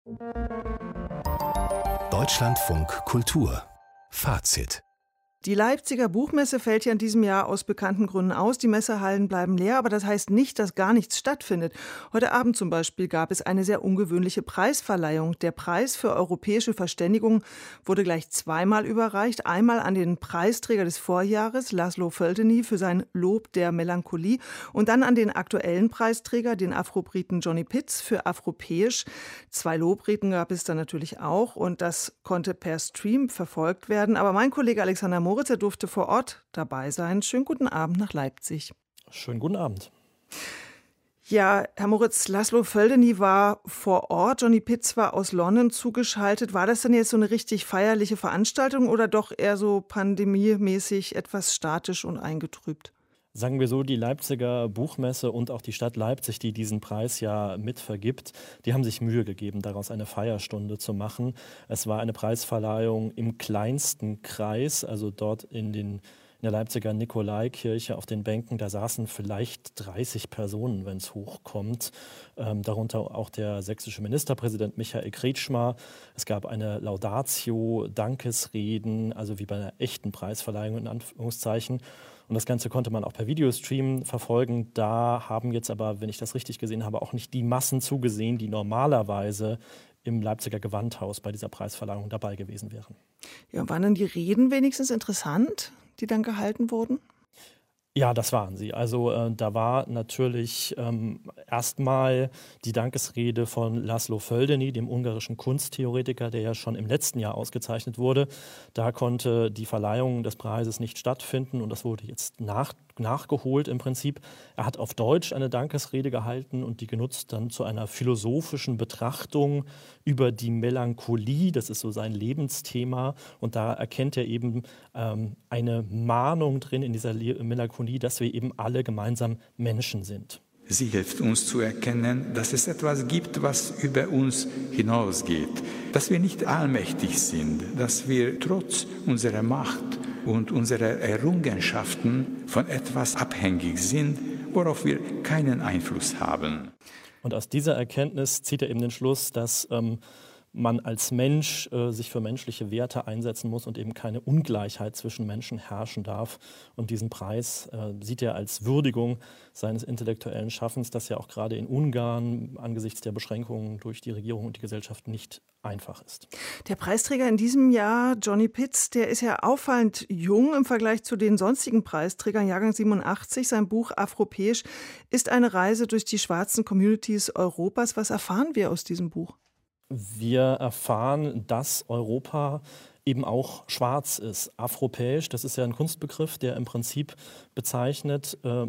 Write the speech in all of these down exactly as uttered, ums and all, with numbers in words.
Deutschlandfunk Kultur Fazit. Die Leipziger Buchmesse fällt ja in diesem Jahr aus bekannten Gründen aus. Die Messehallen bleiben leer, aber das heißt nicht, dass gar nichts stattfindet. Heute Abend zum Beispiel gab es eine sehr ungewöhnliche Preisverleihung. Der Preis für europäische Verständigung wurde gleich zweimal überreicht. Einmal an den Preisträger des Vorjahres, Laszlo Földeny, für sein Lob der Melancholie und dann an den aktuellen Preisträger, den Afro-Briten Johnny Pitts, für Afropäisch. Zwei Lobreden gab es dann natürlich auch und das konnte per Stream verfolgt werden. Aber mein Kollege Alexander Moritz, er durfte vor Ort dabei sein. Schönen guten Abend nach Leipzig. Schönen guten Abend. Ja, Herr Moritz, Laszlo Földeny war vor Ort, Johnny Pitts war aus London zugeschaltet. War das denn jetzt so eine richtig feierliche Veranstaltung oder doch eher so pandemiemäßig etwas statisch und eingetrübt? Sagen wir so, die Leipziger Buchmesse und auch die Stadt Leipzig, die diesen Preis ja mitvergibt, die haben sich Mühe gegeben, daraus eine Feierstunde zu machen. Es war eine Preisverleihung im kleinsten Kreis, also dort in, den, in der Leipziger Nikolaikirche auf den Bänken. Da saßen vielleicht dreißig Personen, wenn es hochkommt. Ähm, darunter auch der sächsische Ministerpräsident Michael Kretschmer. Es gab eine Laudatio, Dankesreden, also wie bei einer echten Preisverleihung in Anführungszeichen. Und das Ganze konnte man auch per Videostream verfolgen. Da haben jetzt aber, wenn ich das richtig gesehen habe, auch nicht die Massen zugesehen, die normalerweise im Leipziger Gewandhaus bei dieser Preisverleihung dabei gewesen wären. Ja, waren denn die Reden wenigstens interessant, die dann gehalten wurden? Ja, das waren sie. Also äh, da war natürlich ähm, erstmal die Dankesrede von Laszlo Földeny, dem ungarischen Kunsttheoretiker, der ja schon im letzten Jahr ausgezeichnet wurde. Da konnte die Verleihung des Preises nicht stattfinden und das wurde jetzt nach, nachgeholt im Prinzip. Er hat auf Deutsch eine Dankesrede gehalten und die genutzt dann zu einer philosophischen Betrachtung über die Melancholie. Das ist so sein Lebensthema und da erkennt er eben ähm, eine Mahnung drin in dieser Le- Melancholie, dass wir eben alle gemeinsam Menschen sind. Sie hilft uns zu erkennen, dass es etwas gibt, was über uns hinausgeht, dass wir nicht allmächtig sind, dass wir trotz unserer Macht und unserer Errungenschaften von etwas abhängig sind, worauf wir keinen Einfluss haben. Und aus dieser Erkenntnis zieht er eben den Schluss, dass ähm, man als Mensch äh, sich für menschliche Werte einsetzen muss und eben keine Ungleichheit zwischen Menschen herrschen darf. Und diesen Preis äh, sieht er als Würdigung seines intellektuellen Schaffens, das ja auch gerade in Ungarn angesichts der Beschränkungen durch die Regierung und die Gesellschaft nicht einfach ist. Der Preisträger in diesem Jahr, Johnny Pitts, der ist ja auffallend jung im Vergleich zu den sonstigen Preisträgern, Jahrgang siebenundachtzig. Sein Buch Afropäisch ist eine Reise durch die schwarzen Communities Europas. Was erfahren wir aus diesem Buch? Wir erfahren, dass Europa eben auch schwarz ist. Afropäisch, das ist ja ein Kunstbegriff, der im Prinzip bezeichnet äh,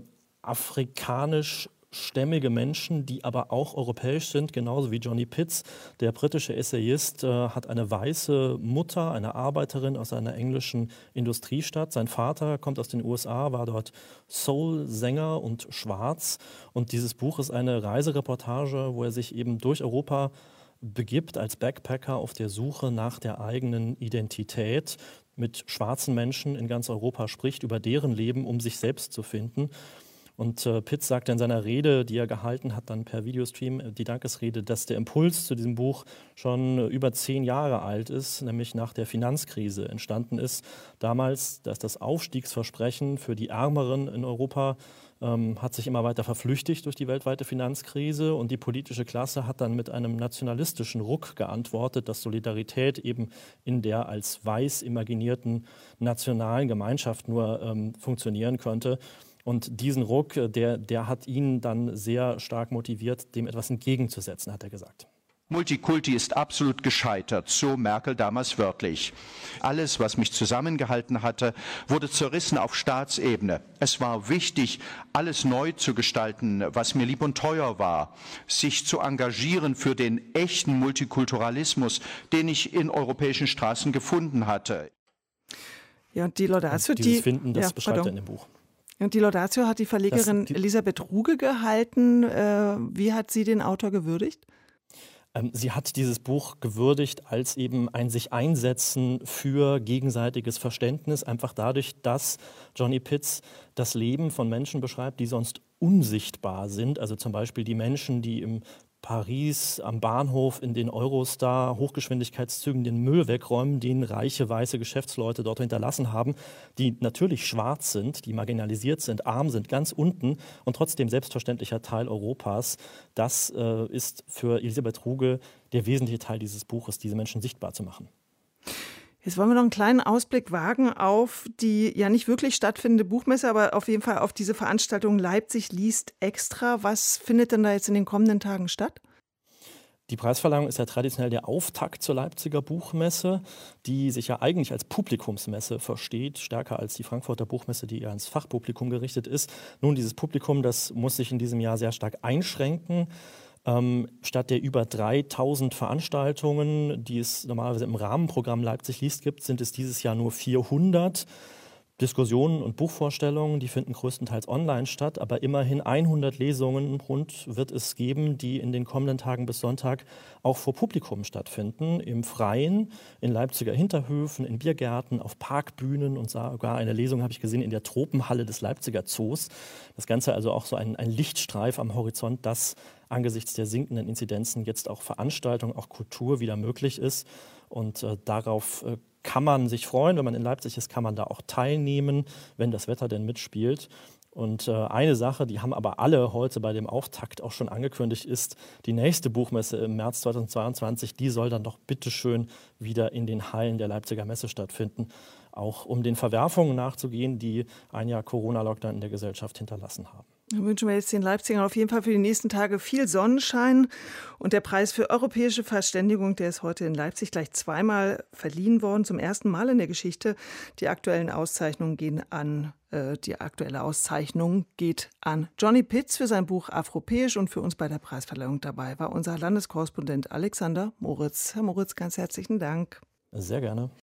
afrikanischstämmige Menschen, die aber auch europäisch sind, genauso wie Johnny Pitts. Der britische Essayist äh, hat eine weiße Mutter, eine Arbeiterin aus einer englischen Industriestadt. Sein Vater kommt aus den U S A, war dort Soul-Sänger und schwarz. Und dieses Buch ist eine Reisereportage, wo er sich eben durch Europa begibt als Backpacker auf der Suche nach der eigenen Identität, mit schwarzen Menschen in ganz Europa spricht, über deren Leben, um sich selbst zu finden. Und äh, Pitts sagte in seiner Rede, die er gehalten hat, dann per Videostream, die Dankesrede, dass der Impuls zu diesem Buch schon äh, über zehn Jahre alt ist, nämlich nach der Finanzkrise entstanden ist. Damals, dass das Aufstiegsversprechen für die Ärmeren in Europa ähm, hat sich immer weiter verflüchtigt durch die weltweite Finanzkrise und die politische Klasse hat dann mit einem nationalistischen Ruck geantwortet, dass Solidarität eben in der als weiß imaginierten nationalen Gemeinschaft nur ähm, funktionieren könnte. Und diesen Ruck, der, der hat ihn dann sehr stark motiviert, dem etwas entgegenzusetzen, hat er gesagt. Multikulti ist absolut gescheitert, so Merkel damals wörtlich. Alles, was mich zusammengehalten hatte, wurde zerrissen auf Staatsebene. Es war wichtig, alles neu zu gestalten, was mir lieb und teuer war. Sich zu engagieren für den echten Multikulturalismus, den ich in europäischen Straßen gefunden hatte. Ja, und die Laudatio, und dieses die Finden, das ja, beschreibt pardon. er in dem Buch. Und die Laudatio hat die Verlegerin das, die, Elisabeth Ruge gehalten. Äh, wie hat sie den Autor gewürdigt? Ähm, sie hat dieses Buch gewürdigt als eben ein sich einsetzen für gegenseitiges Verständnis, einfach dadurch, dass Johnny Pitts das Leben von Menschen beschreibt, die sonst unsichtbar sind. Also zum Beispiel die Menschen, die im Paris am Bahnhof in den Eurostar Hochgeschwindigkeitszügen den Müll wegräumen, den reiche weiße Geschäftsleute dort hinterlassen haben, die natürlich schwarz sind, die marginalisiert sind, arm sind, ganz unten und trotzdem selbstverständlicher Teil Europas. Das äh, ist für Elisabeth Ruge der wesentliche Teil dieses Buches, diese Menschen sichtbar zu machen. Jetzt wollen wir noch einen kleinen Ausblick wagen auf die ja nicht wirklich stattfindende Buchmesse, aber auf jeden Fall auf diese Veranstaltung Leipzig liest extra. Was findet denn da jetzt in den kommenden Tagen statt? Die Preisverleihung ist ja traditionell der Auftakt zur Leipziger Buchmesse, die sich ja eigentlich als Publikumsmesse versteht, stärker als die Frankfurter Buchmesse, die eher ans Fachpublikum gerichtet ist. Nun, dieses Publikum, das muss sich in diesem Jahr sehr stark einschränken. Ähm, statt der über dreitausend Veranstaltungen, die es normalerweise im Rahmenprogramm Leipzig liest gibt, sind es dieses Jahr nur vierhundert. Diskussionen und Buchvorstellungen, die finden größtenteils online statt, aber immerhin hundert Lesungen rund wird es geben, die in den kommenden Tagen bis Sonntag auch vor Publikum stattfinden, im Freien, in Leipziger Hinterhöfen, in Biergärten, auf Parkbühnen und sogar eine Lesung habe ich gesehen in der Tropenhalle des Leipziger Zoos. Das Ganze also auch so ein, ein Lichtstreif am Horizont, dass angesichts der sinkenden Inzidenzen jetzt auch Veranstaltung, auch Kultur wieder möglich ist und äh, darauf äh, kann man sich freuen, wenn man in Leipzig ist, kann man da auch teilnehmen, wenn das Wetter denn mitspielt. Und äh, eine Sache, die haben aber alle heute bei dem Auftakt auch schon angekündigt, ist, die nächste Buchmesse im März zweitausendzweiundzwanzig, die soll dann doch bitteschön wieder in den Hallen der Leipziger Messe stattfinden, auch um den Verwerfungen nachzugehen, die ein Jahr Corona-Lockdown in der Gesellschaft hinterlassen haben. Dann wünschen wir jetzt den Leipzigern auf jeden Fall für die nächsten Tage viel Sonnenschein. Und der Preis für europäische Verständigung, der ist heute in Leipzig gleich zweimal verliehen worden, zum ersten Mal in der Geschichte. Die aktuellen Auszeichnungen gehen an, äh, die aktuelle Auszeichnung geht an Johnny Pitz für sein Buch Afropäisch, und für uns bei der Preisverleihung dabei war unser Landeskorrespondent Alexander Moritz. Herr Moritz, ganz herzlichen Dank. Sehr gerne.